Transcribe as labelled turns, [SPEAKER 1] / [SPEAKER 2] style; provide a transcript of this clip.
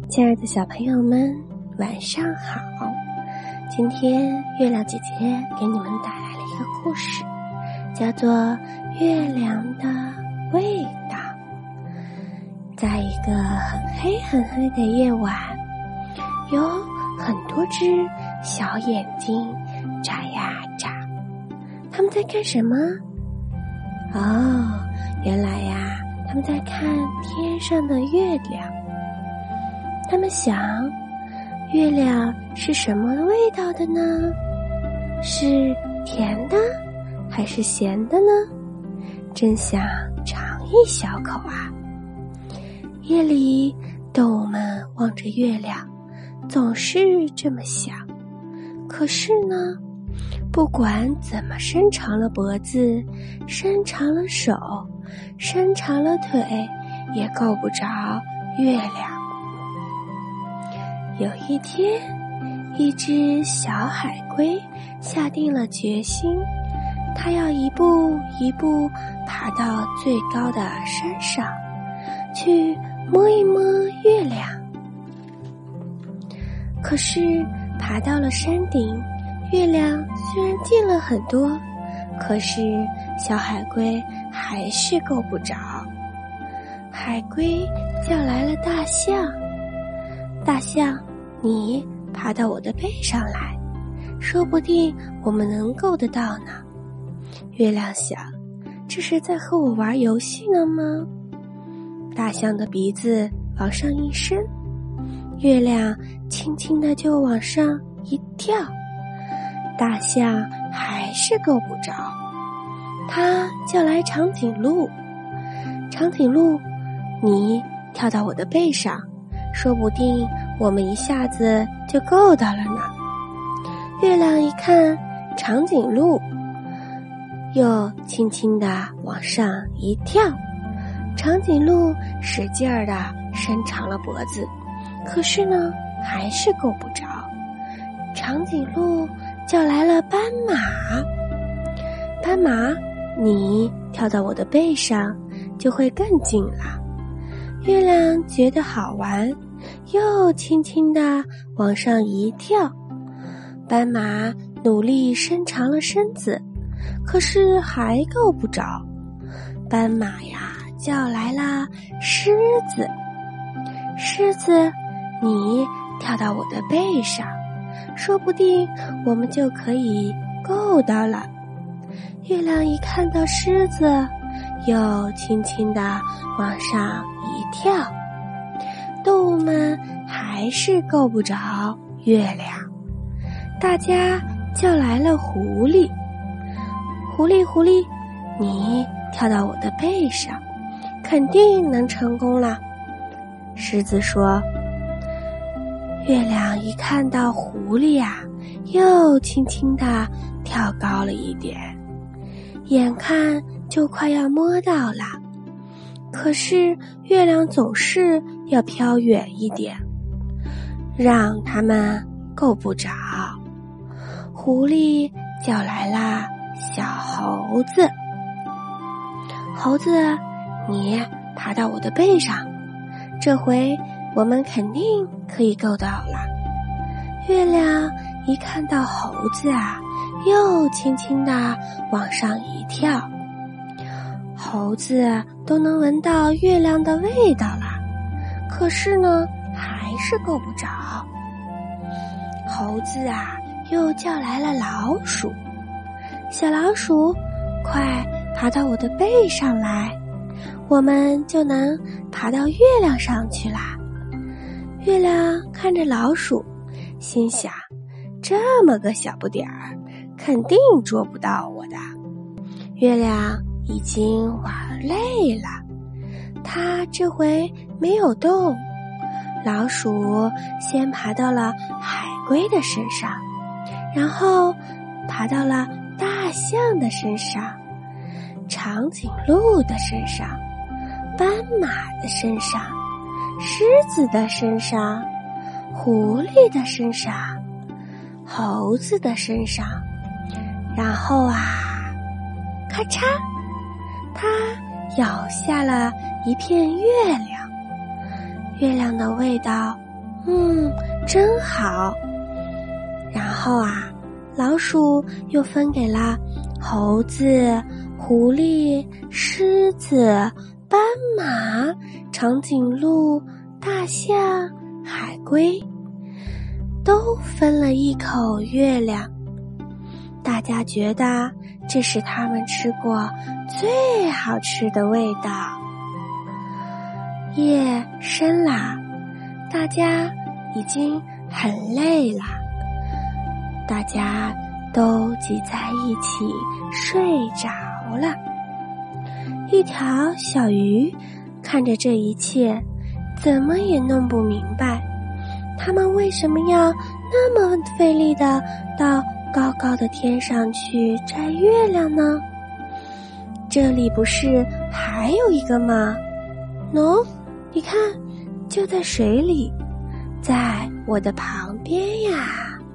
[SPEAKER 1] 亲爱的小朋友们，晚上好！今天月亮姐姐给你们带来了一个故事，叫做《月亮的味道》。在一个很黑很黑的夜晚，有很多只小眼睛眨呀眨，他们在干什么？原来呀，他们在看天上的月亮。他们想，月亮是什么味道的呢？是甜的还是咸的呢？真想尝一小口啊！夜里，动物们望着月亮，总是这么想。可是呢，不管怎么伸长了脖子，伸长了手，伸长了腿，也够不着月亮。有一天，一只小海龟下定了决心，它要一步一步爬到最高的山上，去摸一摸月亮。可是爬到了山顶，月亮虽然近了很多，可是小海龟还是够不着。海龟叫来了大象，大象，你爬到我的背上来，说不定我们能够得到呢。月亮想，这是在和我玩游戏呢吗？大象的鼻子往上一伸，月亮轻轻地就往上一跳，大象还是够不着。它叫来长颈鹿，长颈鹿，你跳到我的背上，说不定我们一下子就够到了呢。月亮一看长颈鹿，又轻轻地往上一跳，长颈鹿使劲儿地伸长了脖子，可是呢，还是够不着。长颈鹿叫来了斑马，斑马，你跳到我的背上，就会更近了。月亮觉得好玩，又轻轻地往上一跳，斑马努力伸长了身子，可是还够不着。斑马呀，叫来了狮子，狮子，你跳到我的背上，说不定我们就可以够到了。月亮一看到狮子，又轻轻地往上一跳，动物们还是够不着月亮。大家叫来了狐狸，狐狸，狐狸，你跳到我的背上，肯定能成功了。狮子说。月亮一看到狐狸呀，又轻轻地跳高了一点，眼看就快要摸到了，可是月亮总是要飘远一点，让他们够不着。狐狸叫来了小猴子，猴子，你爬到我的背上，这回我们肯定可以够到了。月亮一看到猴子啊，又轻轻地往上一跳，猴子都能闻到月亮的味道了，可是呢，还是够不着。猴子啊，又叫来了老鼠，小老鼠，快爬到我的背上来，我们就能爬到月亮上去啦。月亮看着老鼠，心想，这么个小不点儿，肯定捉不到我的。月亮已经玩累了，它这回没有动。老鼠先爬到了海龟的身上，然后爬到了大象的身上，长颈鹿的身上，斑马的身上，狮子的身上，狐狸的身上，猴子的身上，然后啊，咔嚓，它咬下了一片月亮。月亮的味道真好。然后啊，老鼠又分给了猴子、狐狸、狮子、斑马、长颈鹿、大象、海龟，都分了一口月亮。大家觉得这是他们吃过最好吃的味道。夜深啦，大家已经很累了，大家都挤在一起睡着了。一条小鱼看着这一切，怎么也弄不明白，他们为什么要那么费力的到高高的天上去摘月亮呢？这里不是还有一个吗？喏，你看，就在水里，在我的旁边呀。